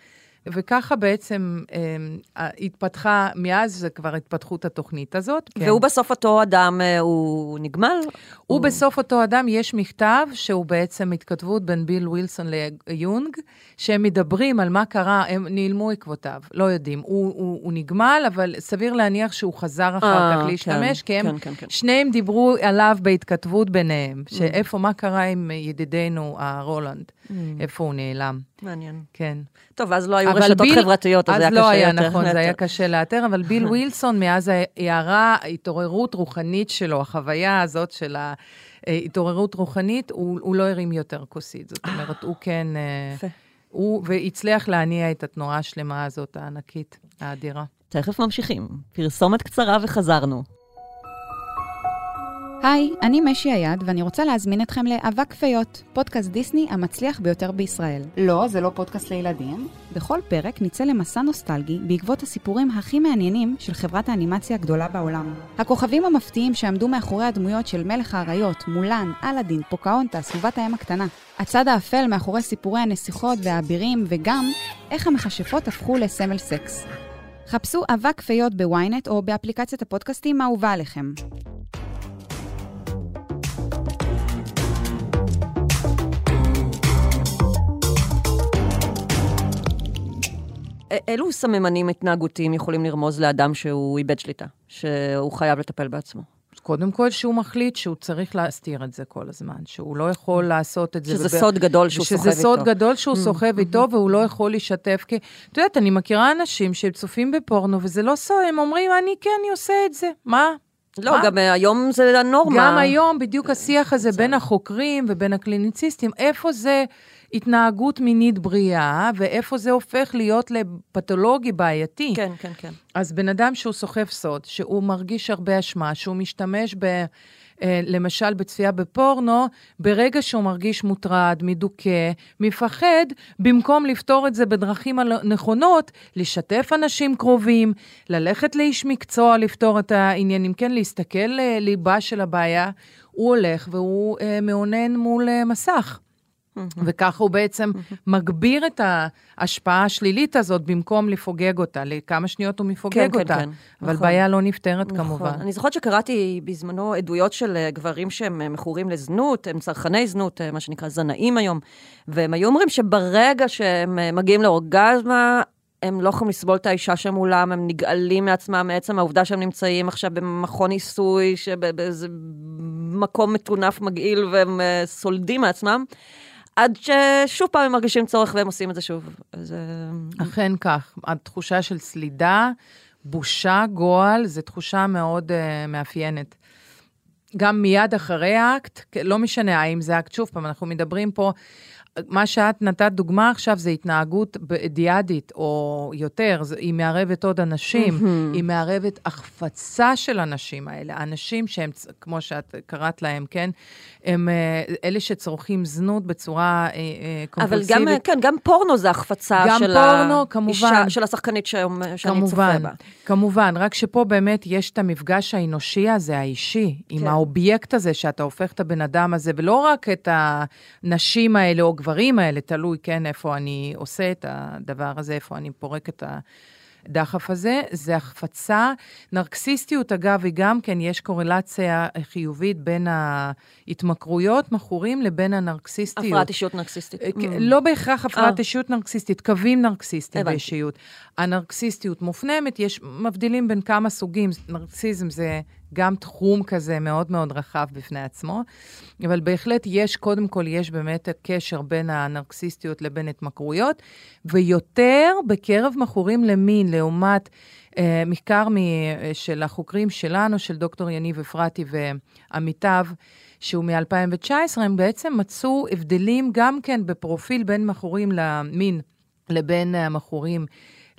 וככה בעצם אה, התפתחה, מאז זה כבר התפתחות התוכנית הזאת. כן. והוא בסוף אותו אדם, אה, הוא נגמל? הוא, הוא בסוף אותו אדם, יש מכתב שהוא בעצם התכתבות בין ביל ווילסון ליונג, שהם מדברים על מה קרה, הם נעלמו עקבותיו, לא יודעים. הוא, הוא, הוא נגמל, אבל סביר להניח שהוא חזר אחר כך להשתמש, כי הם, שניהם דיברו עליו בהתכתבות ביניהם, שאיפה, מה קרה עם ידידנו הרולנד, איפה הוא נעלם. מעניין. כן. טוב, אז לא היו רשתות חברתיות, אז זה היה קשה יותר. אז לא היה, נכון, זה היה קשה לאתר, אבל ביל ווילסון, מאז הערה, ההתעוררות רוחנית שלו, החוויה הזאת של ההתעוררות רוחנית, הוא לא הרים יותר כוסית. זאת אומרת, הוא כן... הוא, והצליח להניע את התנועה השלמה הזאת, הענקית, האדירה. תכף ממשיכים. פרסומת קצרה וחזרנו. היי, אני משי היד, ואני רוצה להזמין אתכם לאבק פיות, פודקאסט דיסני המצליח ביותר בישראל. לא, זה לא פודקאסט לילדים. בכל פרק נצא למסע נוסטלגי בעקבות הסיפורים הכי מעניינים של חברת האנימציה הגדולה בעולם. הכוכבים המפתיעים שעמדו מאחורי הדמויות של מלך האריות, מולן, אלאדין, פוקהונטס, ובת הים הקטנה. הצד האפל מאחורי סיפורי הנסיכות והאבירים, וגם איך המכשפות הפכו לסמל סקס. חפשו אבק פיות בוויינט או באפליקציית הפודקאסטים האהובה עליכם. אילו סממנים התנהגותיים יכולים לרמוז לאדם שהוא איבד שליטה, שהוא חייב לטפל בעצמו? קודם כל שהוא מחליט שהוא צריך להסתיר את זה כל הזמן, שהוא לא יכול לעשות את זה. שזה סוד גדול שהוא סוחב איתו. שזה סוד גדול שהוא סוחב איתו, והוא לא יכול לשתף. כי, אתה יודעת, אני מכירה אנשים שצופים בפורנו, וזה לא סוד, הם אומרים, אני כן, אני עושה את זה. מה? לא, גם היום זה הנורמה. גם היום, בדיוק השיח הזה בין החוקרים ובין הקליניציסטים, איפה זה התנהגות מינית בריאה, ואיפה זה הופך להיות לפתולוגי בעייתי. כן, כן, כן. אז בן אדם שהוא סוחב סוד, שהוא מרגיש הרבה אשמה, שהוא משתמש ב... למשל בצפייה בפורנו, ברגע שהוא מרגיש מוטרד, מדוכא, מפחד, במקום לפתור את זה בדרכים הנכונות, לשתף אנשים קרובים, ללכת לאיש מקצוע, לפתור את העניינים, כן, להסתכל ליבה של הבעיה, הוא הולך והוא מעונן מול מסך. וככה הוא בעצם מגביר את ההשפעה השלילית הזאת, במקום לפוגג אותה. לכמה שניות הוא מפוגג אותה. אבל בעיה לא נפתרת כמובן. אני זוכרת שקראתי בזמנו עדויות של גברים שהם מכורים לזנות, הם צרכני זנות, מה שנקרא זנאים היום, והם היו אומרים שברגע שהם מגיעים לאורגזמה, הם לא יכולים לסבול את האישה שמולם, הם נגאלים מעצמם, מעצם העובדה שהם נמצאים עכשיו במכון עיסוי, שבאיזה מקום מטונף מגעיל, והם סולדים מעצמם. עד ששוב פעם הם מרגישים צורך והם עושים את זה שוב. אז... אכן כך. התחושה של סלידה, בושה, גועל, זו תחושה מאוד uh, מאפיינת. גם מיד אחרי האקט, לא משנה האם זה אקט, שוב פעם, אנחנו מדברים פה, מה שאת נתת דוגמה עכשיו, זה התנהגות דיאדית, או יותר, היא מערבת עוד אנשים, mm-hmm. היא מערבת החפצה של אנשים האלה, אנשים שהם, כמו שאת קראת להם, כן, הם אלה שצורכים זנות בצורה אה, קומפולסיבית. אבל גם, כן, גם פורנו זה החפצה של, פורנו, ה... כמובן, אישה, של השחקנית ש... שאני צופה בה. כמובן, רק שפה באמת יש את המפגש האנושי הזה, האישי, כן. עם האובייקט הזה, שאתה הופך את הבן אדם הזה, ולא רק את הנשים האלה, או גברים האלה, תלוי, כן, איפה אני עושה את הדבר הזה, איפה אני פורק את הדחף הזה, זה החפצה. נרקסיסטיות, אגב, היא גם כן, יש קורלציה חיובית בין ההתמכרויות, מכורים, לבין הנרקסיסטיות. הפרעת אישיות נרקסיסטית. לא בהכרח הפרעת אישיות נרקסיסטית, קווים נרקסיסטיים באישיות. הנרקסיסטיות מופנמת, יש מבדילים בין כמה סוגים, נרקסיזם זה גם תחום כזה מאוד מאוד רחב בפני עצמו, אבל בהחלט יש, קודם כל יש באמת הקשר בין הנרקסיסטיות לבין התמכרויות, ויותר בקרב מכורים למין, לעומת אה, מחקר מ, של החוקרים שלנו, של דוקטור יניב אפרתי ועמיתיו, שהוא מ-אלפיים תשע עשרה, הם בעצם מצאו הבדלים גם כן בפרופיל בין מכורים למין, לבין המכורים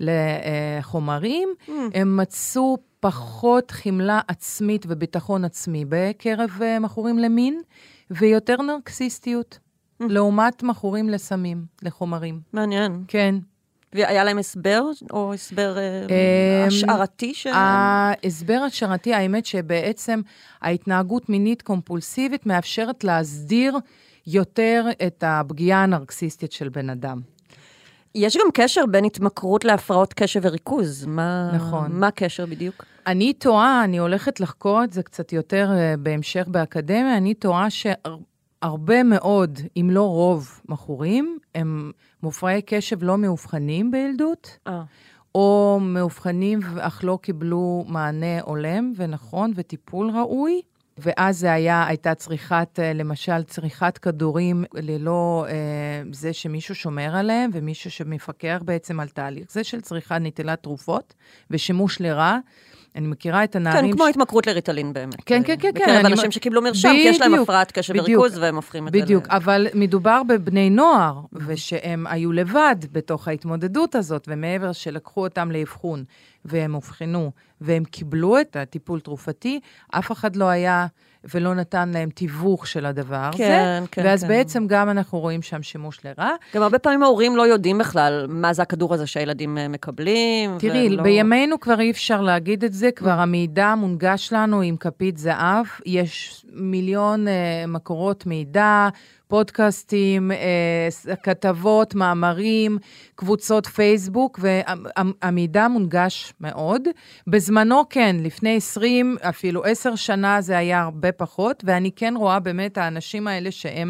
לחומרים, mm. הם מצאו פחות חמלה עצמית וביטחון עצמי בקרב מכורים למין, ויותר נרקסיסטיות, mm. לעומת מכורים לסמים, לחומרים. מעניין. כן. והיה להם הסבר, או הסבר השערתי? ההסבר השערתי, האמת שבעצם ההתנהגות מינית קומפולסיבית מאפשרת להסדיר יותר את הפגיעה הנרקסיסטית של בן אדם. יש גם קשר בין התמכרות להפרעות קשב וריכוז. מה, נכון. מה הקשר בדיוק? אני טועה, אני הולכת לחקור את זה קצת יותר uh, בהמשך באקדמיה, אני טועה שהרבה מאוד, אם לא רוב מכורים, הם מופרעי קשב לא מאובחנים בילדות, אה. או מאובחנים אך לא קיבלו מענה הולם ונכון וטיפול ראוי, ואז זה היה, הייתה צריכת, למשל, צריכת כדורים ללא אה, זה שמישהו שומר עליהם, ומישהו שמפקח בעצם על תהליך. זה של צריכת נטילת תרופות, ושימוש לרע. אני מכירה את הנערים... כן, כמו ש... התמכרות לריטלין באמת. כן, כן, כן. בקרב אנשים אני... שקיבלו מרשם, כי יש להם הפרעת קשב וריכוז, והם הופכים את זה... בדיוק, אבל מדובר בבני נוער, ושהם היו לבד בתוך ההתמודדות הזאת, ומעבר שלקחו אותם לאבחון, והם הובחנו, והם קיבלו את הטיפול תרופתי, אף אחד לא היה ולא נתן להם תיווך של הדבר הזה. כן, כן, ואז כן. בעצם גם אנחנו רואים שם שימוש לרע. גם הרבה פעמים ההורים לא יודעים בכלל מה זה הכדור הזה שהילדים מקבלים. תראי, ולא... בימינו כבר אי אפשר להגיד את זה, כבר המידע מונגש לנו עם כפית זהב, יש מיליון uh, מקורות מידע, פודקאסטים, אה, כתבות, מאמרים, קבוצות פייסבוק, והמידע מונגש מאוד. בזמנו כן, לפני עשרים, אפילו עשר שנה זה היה הרבה פחות, ואני כן רואה באמת האנשים האלה שהם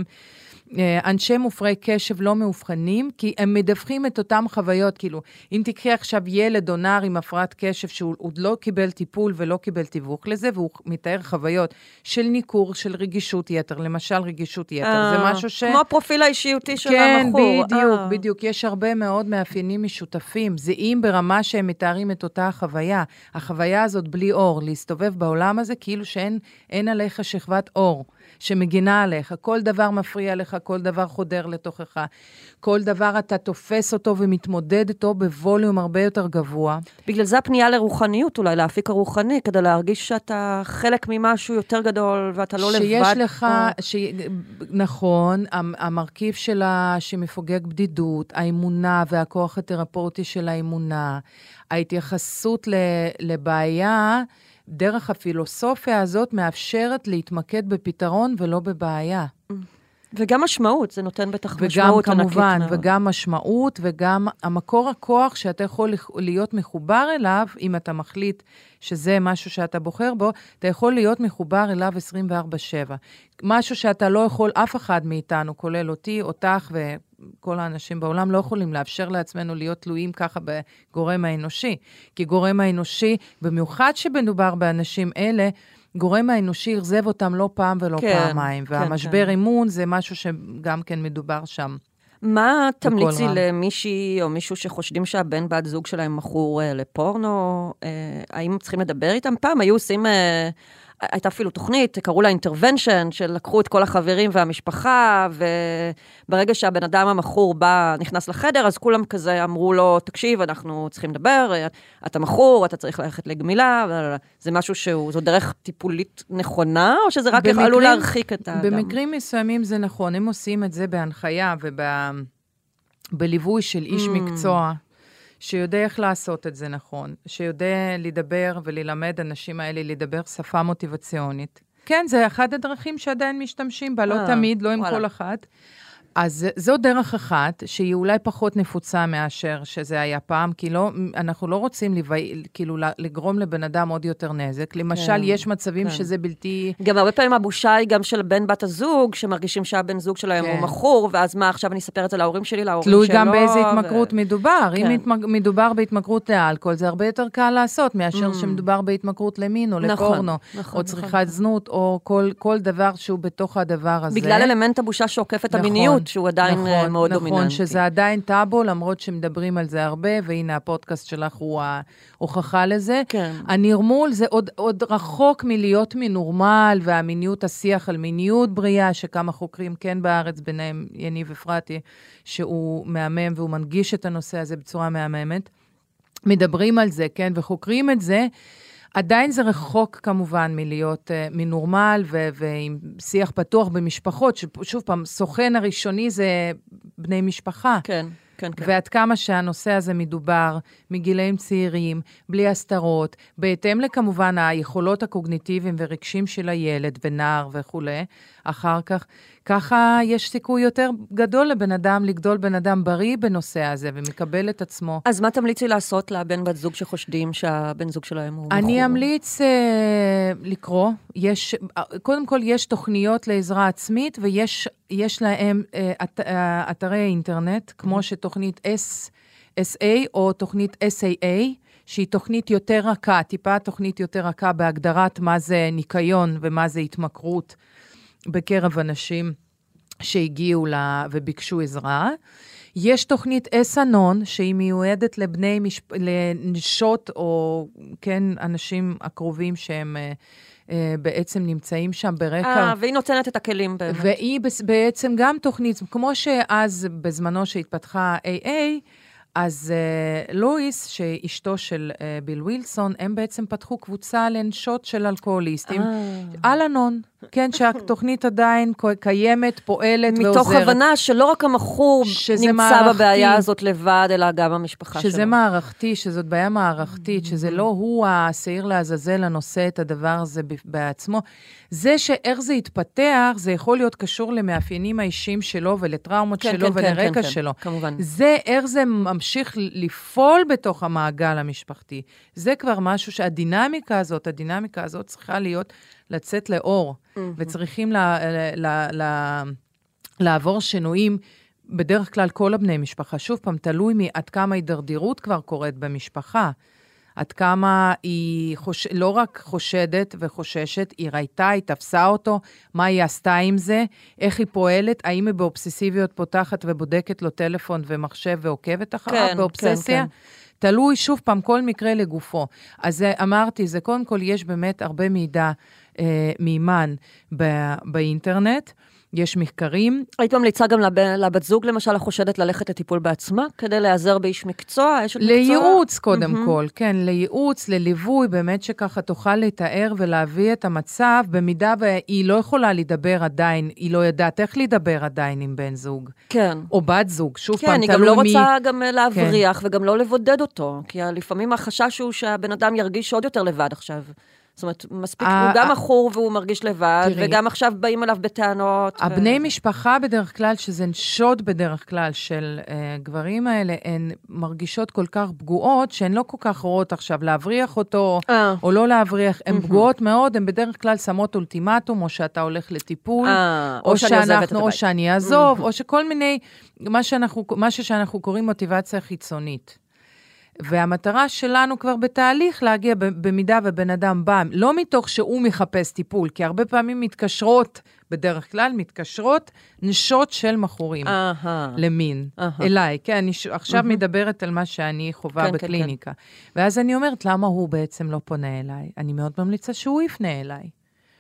אנשי מופרעי קשב לא מאובחנים, כי הם מדווחים את אותם חוויות, כאילו, אם תקחי עכשיו ילד או נער עם הפרעת קשב, שהוא עוד לא קיבל טיפול ולא קיבל תיווך לזה, והוא מתאר חוויות של ניכור, של רגישות יתר, למשל רגישות יתר, זה משהו ש... כמו הפרופיל האישיותי של המחור. המכור. כן, בדיוק, בדיוק, יש הרבה מאוד מאפיינים משותפים, זהים ברמה שהם מתארים את אותה החוויה, החוויה הזאת בלי אור, להסתובב בעולם הזה, כאילו שאין אין עליך שכבת אור. שמגינה עליך, כל דבר מפריע לך, כל דבר חודר לתוכך, כל דבר אתה תופס אותו ומתמודד איתו בווליום הרבה יותר גבוה. בגלל זה הפנייה לרוחניות, אולי להפיק הרוחני, כדי להרגיש שאתה חלק ממשהו יותר גדול, ואתה לא לבד. שיש לך, ש... נכון, המרכיב שלה שמפוגג בדידות, האמונה והכוח התרפוטי של האמונה, ההתייחסות לבעיה, דרך הפילוסופיה הזאת מאפשרת להתמקד בפתרון ולא בבעיה. וגם משמעות, זה נותן בטח משמעות ענקית. וגם כמובן, וגם משמעות, וגם המקור הכוח שאתה יכול להיות מחובר אליו, אם אתה מחליט שזה משהו שאתה בוחר בו, אתה יכול להיות מחובר אליו עשרים וארבע שבע. משהו שאתה לא יכול, אף אחד מאיתנו, כולל אותי, אותך וכל האנשים בעולם, לא יכולים לאפשר לעצמנו להיות תלויים ככה בגורם האנושי. כי גורם האנושי, במיוחד שבנדובר באנשים אלה, גורם האנושי ירזב אותם לא פעם ולא כן, פעמיים, כן, והמשבר כן. אימון זה משהו שגם כן מדובר שם. מה תמליצי למישהי או מישהו שחושדים שהבן בת זוג שלהם מכור אה, לפורנו? אה, האם צריכים לדבר איתם? פעם היו עושים... אה, הייתה אפילו תוכנית, קראו לה אינטרוונשן, שלקחו את כל החברים והמשפחה, וברגע שהבן אדם המכור בא, נכנס לחדר, אז כולם כזה אמרו לו, תקשיב, אנחנו צריכים לדבר, אתה מכור, אתה צריך ללכת לגמילה, זה משהו שהוא, זו דרך טיפולית נכונה, או שזה רק במקרים, עלול להרחיק את האדם? במקרים מסוימים זה נכון, הם עושים את זה בהנחיה ובליווי של איש mm. מקצוע, שיודע איך לעשות את זה נכון, שיודע לדבר וללמד אנשים האלה לדבר שפה מוטיבציונית. כן, זה אחד הדרכים שעדיין משתמשים בה, לא תמיד, לא עם כל אחת. אז זו דרך אחת, שהיא אולי פחות נפוצה מאשר שזה היה פעם, כי לא, אנחנו לא רוצים לביא, כאילו לגרום לבן אדם עוד יותר נזק. למשל, כן, יש מצבים כן. שזה בלתי... גם הרבה פעמים הבושה היא גם של בן בת הזוג, שמרגישים שהבן זוג שלהם כן. הוא מכור, ואז מה, עכשיו אני אספר את זה להורים שלי, להורים שלו. תלוי גם באיזה התמכרות ו... מדובר. כן. אם מדובר בהתמכרות לאלכוהול, זה הרבה יותר קל לעשות, מאשר mm. שמדובר בהתמכרות למין, או נכון, לפורנו, נכון, או צריכת נכון. זנות, או כל, כל דבר שהוא בתוך הדבר הזה. בגלל אלמנט הבושה שעוקף את המיניות. שהוא עדיין נכון, מאוד נכון, דומיננטי. נכון, שזה עדיין טאבו, למרות שמדברים על זה הרבה, והנה הפודקאסט שלך הוא ההוכחה לזה. כן. הנרמול זה עוד, עוד רחוק מלהיות מנורמל, והמיניות, השיח על מיניות בריאה, שכמה חוקרים כן בארץ, ביניהם יניב אפרתי, שהוא מהמם, והוא מנגיש את הנושא הזה בצורה מהממת. מדברים על זה, כן, וחוקרים את זה, עדיין זה רחוק כמובן מלהיות uh, מנורמל ו- ועם שיח פתוח במשפחות, ששוב פעם, סוכן הראשוני זה בני משפחה. כן, כן, כן. ועד כמה שהנושא הזה מדובר, מגילאים צעירים, בלי הסתרות, בהתאם לכמובן היכולות הקוגניטיביים ורגשים של הילד ונער וכו', אחר כך, ככה יש סיכוי יותר גדול לבן אדם, לגדול בן אדם בריא בנושא הזה, ומקבל את עצמו. אז מה תמליצי לעשות לבן בת זוג שחושדים שהבן זוג שלהם הוא בחור? אני אמליץ אה, לקרוא. יש, קודם כל, יש תוכניות לעזרה עצמית, ויש יש להם אה, את, אה, אתרי אינטרנט, כמו שתוכנית אס איי או תוכנית אס איי איי, שהיא תוכנית יותר רכה, טיפה תוכנית יותר רכה בהגדרת מה זה ניקיון ומה זה התמכרות בקרב אנשים שהגיעו לה וביקשו עזרה. יש תוכנית אס-אנון, שהיא מיועדת לבני משפ... לנשות או כן, אנשים הקרובים שהם אה, אה, בעצם נמצאים שם ברקע. אה, והיא נותנת את הכלים באמת. והיא בעצם גם תוכנית, כמו שאז בזמנו שהתפתחה איי איי, אז uh, לואיס, שאשתו של uh, ביל ווילסון, הם בעצם פתחו קבוצה לנשות של אלכוהוליסטים. על אנון, כן, שהתוכנית עדיין קיימת, פועלת ועוזרת. מתוך הבנה שלא רק המכור נמצא מערכתי, בבעיה הזאת לבד, אלא גם המשפחה שזה שלו. שזה מערכתי, שזאת בעיה מערכתית, שזה לא הוא השעיר לעזאזל הנושא את הדבר הזה בעצמו. זה שאיך זה יתפתח, זה יכול להיות קשור למאפיינים האישיים שלו, ולטראומות כן, שלו, כן, ולרקע כן, שלו. כן, כמובן. זה, איך זה ממשיך לפעול בתוך המעגל המשפחתי. זה כבר משהו שהדינמיקה הזאת, הדינמיקה הזאת צריכה להיות לצאת לאור, mm-hmm. וצריכים לה, לה, לה, לעבור שינויים, בדרך כלל כל הבני משפחה. שוב פעם, תלוי מעד כמה הידרדרות כבר קורית במשפחה, עד כמה היא חוש... לא רק חושדת וחוששת, היא ראיתה, היא תפסה אותו, מה היא עשתה עם זה, איך היא פועלת, האם היא באובססיביות פותחת ובודקת לו טלפון ומחשב ועוקבת אחריו, כן, באובססיה. כן, כן. תלוי שוב פעם כל מקרה לגופו. אז אמרתי, זה קודם כל יש באמת הרבה מידע אה, מימן ב- באינטרנט, יש מחקרים. היית ממליצה גם לב, לבת זוג, למשל, החושדת ללכת לטיפול בעצמה, כדי להיעזר באיש מקצוע, אשת מקצוע? לייעוץ קודם mm-hmm. כל, כן, לייעוץ, לליווי, באמת שככה תוכל לתאר ולהביא את המצב, במידה והיא לא יכולה לדבר עדיין, היא לא יודעת איך לדבר עדיין עם בן זוג. כן. או בת זוג, שוב כן, פעם, תלוי מי... כן, אני גם לא מי... רוצה גם להבריח, כן. וגם לא לבודד אותו, כי לפעמים החשש הוא שהבן אדם ירגיש עוד יותר לבד עכשיו. זאת אומרת, מספיק, הוא גם אחור והוא מרגיש לבד, וגם עכשיו באים עליו בטענות. הבני משפחה בדרך כלל, שזה שוד בדרך כלל של גברים האלה, הן מרגישות כל כך פגועות, שהן לא כל כך רואות עכשיו להבריח אותו, או לא להבריח, הן פגועות מאוד, הן בדרך כלל שמות אולטימטום, או שאתה הולך לטיפול, או שאנחנו, או שאני אעזוב, או שכל מיני, מה שאנחנו קוראים מוטיבציה חיצונית. והמטרה שלנו כבר בתהליך להגיע במידה ובן אדם בא, לא מתוך שהוא מחפש טיפול, כי הרבה פעמים מתקשרות, בדרך כלל מתקשרות נשות של מכורים uh-huh. למין, uh-huh. אליי. כן, אני עכשיו uh-huh. מדברת על מה שאני חובה כן, בקליניקה. כן, כן. ואז אני אומרת, למה הוא בעצם לא פונה אליי? אני מאוד ממליצה שהוא יפנה אליי.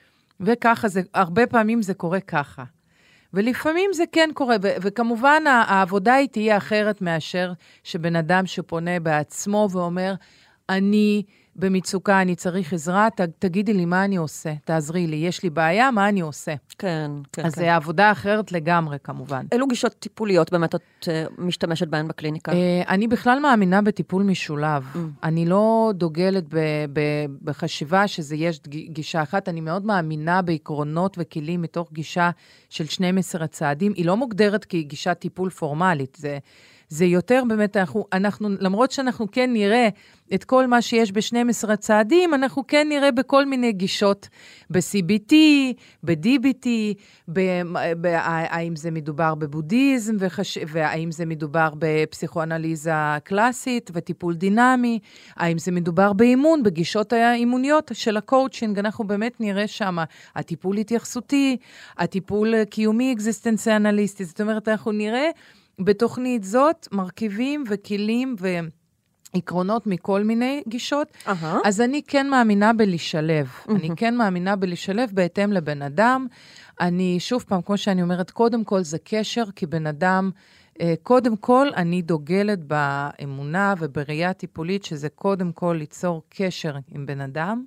וככה, זה, הרבה פעמים זה קורה ככה. ולפעמים זה כן קורה, ו- וכמובן העבודה היא תהיה אחרת מאשר שבן אדם שפונה בעצמו ואומר, אני במצוקה, אני צריך עזרה, ת- תגידי לי מה אני עושה, תעזרי לי, יש לי בעיה, מה אני עושה. כן, כן. אז כן. זה עבודה אחרת לגמרי, כמובן. אילו גישות טיפוליות באמת את uh, משתמשת בהן בקליניקה? Uh, אני בכלל מאמינה בטיפול משולב. Mm. אני לא דוגלת ב- ב- בחשיבה שזה יש גישה אחת, אני מאוד מאמינה בעקרונות וכלים מתוך גישה של שנים עשר הצעדים. היא לא מוגדרת כגישת טיפול פורמלית, זה... זה יותר באמת, אנחנו, אנחנו, למרות שאנחנו כן נראה את כל מה שיש ב-שנים עשר הצעדים, אנחנו כן נראה בכל מיני גישות, ב-סי בי טי, ב-די בי טי, ב- ב- האם זה מדובר בבודהיזם, וחש... והאם זה מדובר בפסיכואנליזה קלאסית וטיפול דינמי, האם זה מדובר באימון, בגישות האימוניות של הקואוצ'ינג, אנחנו באמת נראה שם הטיפול התייחסותי, הטיפול קיומי אקזיסטנציאליסטי, זאת אומרת, אנחנו נראה בתוכנית זאת, מרכיבים וכלים ועקרונות מכל מיני גישות, uh-huh. אז אני כן מאמינה בלשלב. Uh-huh. אני כן מאמינה בלשלב בהתאם לבן אדם. אני, שוב פעם, כמו שאני אומרת, קודם כל זה קשר, כי בן אדם, קודם כל אני דוגלת באמונה ובראייה טיפולית, שזה קודם כל ליצור קשר עם בן אדם,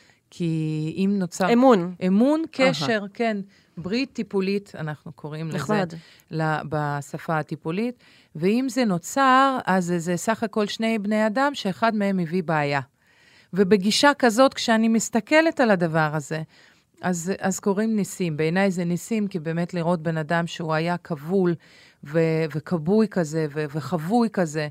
כי אם נוצר... אמון. אמון, קשר, uh-huh. כן. ברית טיפולית, אנחנו קוראים נחמד. לזה, בשפה הטיפולית, ואם זה נוצר, אז זה סך הכל שני בני אדם, שאחד מהם מביא בעיה. ובגישה כזאת, כשאני מסתכלת על הדבר הזה, אז, אז קוראים ניסים. בעיניי זה ניסים, כי באמת לראות בן אדם שהוא היה כבול ו- וכבוי כזה ו- וחבוי כזה,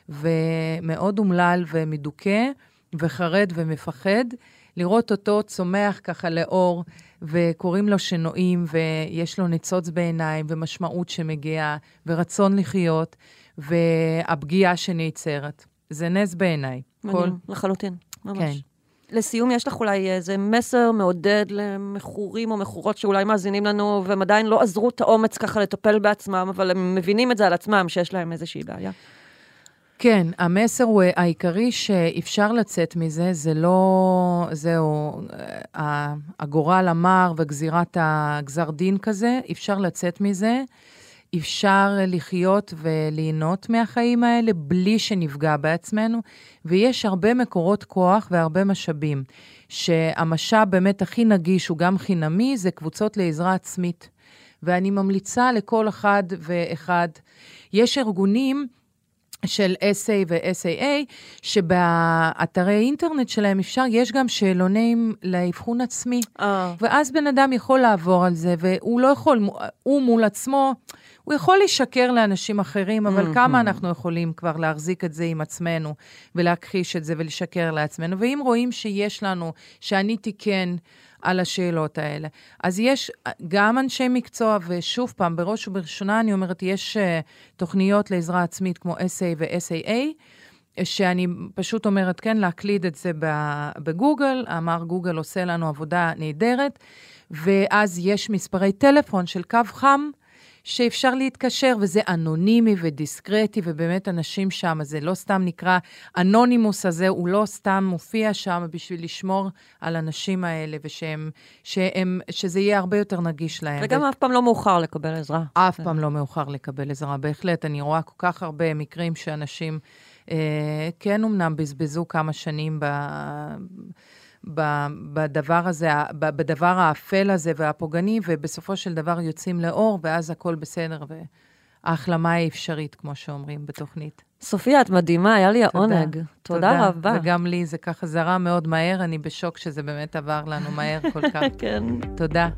ומאוד אומלל ומדוכא, וחרד ומפחד, לראות אותו צומח ככה לאור, וקוראים לו שנועים, ויש לו ניצוץ בעיניים, ומשמעות שמגיעה, ורצון לחיות, והפגיעה שנעצרת. זה נס בעיניי. מעניין, כל... לחלוטין, ממש. כן. לסיום, יש לך אולי איזה מסר מעודד למחורים או מחורות שאולי מאזינים לנו, והם עדיין לא עזרו את האומץ ככה לטפל בעצמם, אבל הם מבינים את זה על עצמם, שיש להם איזושהי בעיה. כן, המסר הוא העיקרי שאפשר לצאת מזה, זה לא, זהו, הגורל המר וגזירת הגזר דין כזה, אפשר לצאת מזה, אפשר לחיות וליהנות מהחיים האלה בלי שנפגע בעצמנו, ויש הרבה מקורות כוח והרבה משאבים, שהמשאב באמת הכי נגיש הוא גם חינמי, זה קבוצות לעזרה עצמית, ואני ממליצה לכל אחד ואחד, יש ארגונים, של אס איי ו-אס איי איי, שבאתרי אינטרנט שלהם אפשר, יש גם שאלונים לאבחון עצמי. Oh. ואז בן אדם יכול לעבור על זה, והוא לא יכול, הוא מול עצמו, הוא יכול לשקר לאנשים אחרים, אבל mm-hmm. כמה אנחנו יכולים כבר להחזיק את זה עם עצמנו, ולהכחיש את זה ולשקר לעצמנו. ואם רואים שיש לנו, שעניתי כן, על השאלות האלה. אז יש גם אנשי מקצוע, ושוב פעם, בראש ובראשונה אני אומרת, יש uh, תוכניות לעזרה עצמית כמו אס איי ו-אס איי איי, שאני פשוט אומרת, כן, להקליד את זה בגוגל, אמר גוגל עושה לנו עבודה נהדרת, ואז יש מספרי טלפון של קו חם, שאפשר להתקשר, וזה אנונימי ודיסקרטי, ובאמת אנשים שם, זה לא סתם נקרא, אנונימוס הזה, הוא לא סתם מופיע שם, בשביל לשמור על אנשים האלה, ושהם, שהם, שזה יהיה הרבה יותר נגיש להם. וגם ו... אף פעם לא מאוחר לקבל עזרה. אף פעם לא מאוחר לקבל עזרה, בהחלט, אני רואה כל כך הרבה מקרים, שאנשים, אה, כן אומנם בזבזו כמה שנים ב... בדבר הזה, בדבר האפל הזה והפוגני, ובסופו של דבר יוצאים לאור, ואז הכל בסדר, וההחלמה היא אפשרית, כמו שאומרים בתוכנית. סופיה, את מדהימה, היה לי העונג. תודה, תודה רבה. וגם לי זה ככה זרה מאוד מהר, אני בשוק שזה באמת עבר לנו מהר כל כך. כן. תודה.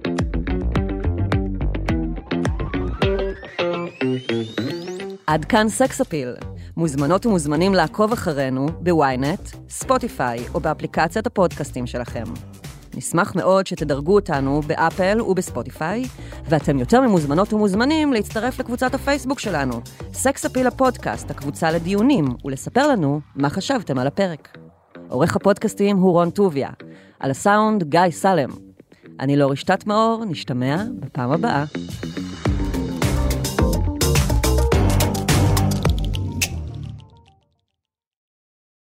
עד כאן סקס אפיל. מוזמנות ומוזמנים לעקוב אחרינו בוויינט, ספוטיפיי או באפליקציית הפודקאסטים שלכם. נשמח מאוד שתדרגו אותנו באפל ובספוטיפיי, ואתם יותר ממוזמנות ומוזמנים להצטרף לקבוצת הפייסבוק שלנו, סקס אפיל הפודקאסט, הקבוצה לדיונים, ולספר לנו מה חשבתם על הפרק. עורך הפודקאסטים הוא רון טוביה, על הסאונד גיא סלם. אני לא רשתת מאור, נשתמע בפעם הבאה.